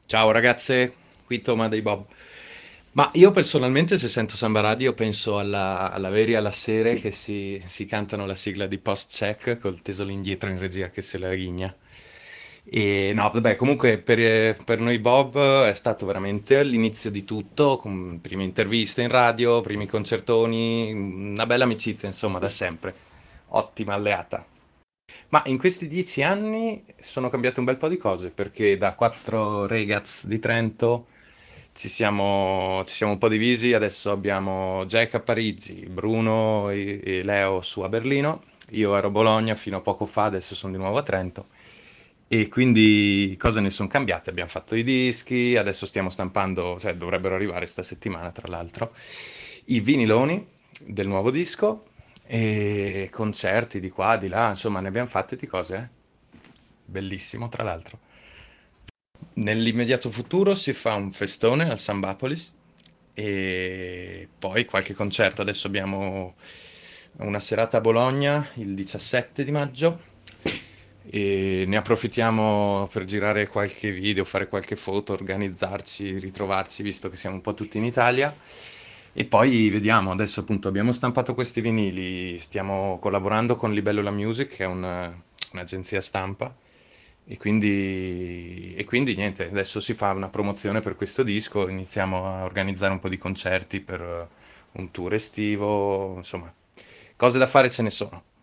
Ciao ragazze, qui Toma dei Bob. Ma io personalmente se sento Samba Radio penso alla Veri e alla Sere che si cantano la sigla di Post Check col teso lì indietro in regia che se la ghigna. E no, vabbè, comunque per noi Bob è stato veramente l'inizio di tutto, con prime interviste in radio, primi concertoni, una bella amicizia insomma da sempre. Ottima alleata. Ma in questi 10 anni sono cambiate un bel po' di cose, perché da quattro ragazzi di Trento ci siamo un po' divisi, adesso abbiamo Jack a Parigi, Bruno e Leo su a Berlino, io ero a Bologna fino a poco fa, adesso sono di nuovo a Trento. E quindi cose ne sono cambiate, abbiamo fatto i dischi, adesso stiamo stampando, cioè dovrebbero arrivare sta settimana tra l'altro, i viniloni del nuovo disco e concerti di qua, di là, insomma, ne abbiamo fatte di cose, eh. Bellissimo, tra l'altro. Nell'immediato futuro si fa un festone al Sambapolis e poi qualche concerto. Adesso abbiamo una serata a Bologna il 17 di maggio e ne approfittiamo per girare qualche video, fare qualche foto, organizzarci, ritrovarci, visto che siamo un po' tutti in Italia. E poi vediamo, adesso appunto abbiamo stampato questi vinili, stiamo collaborando con Libellula Music, che è un'agenzia stampa, e quindi niente, adesso si fa una promozione per questo disco, iniziamo a organizzare un po' di concerti per un tour estivo, insomma, cose da fare ce ne sono.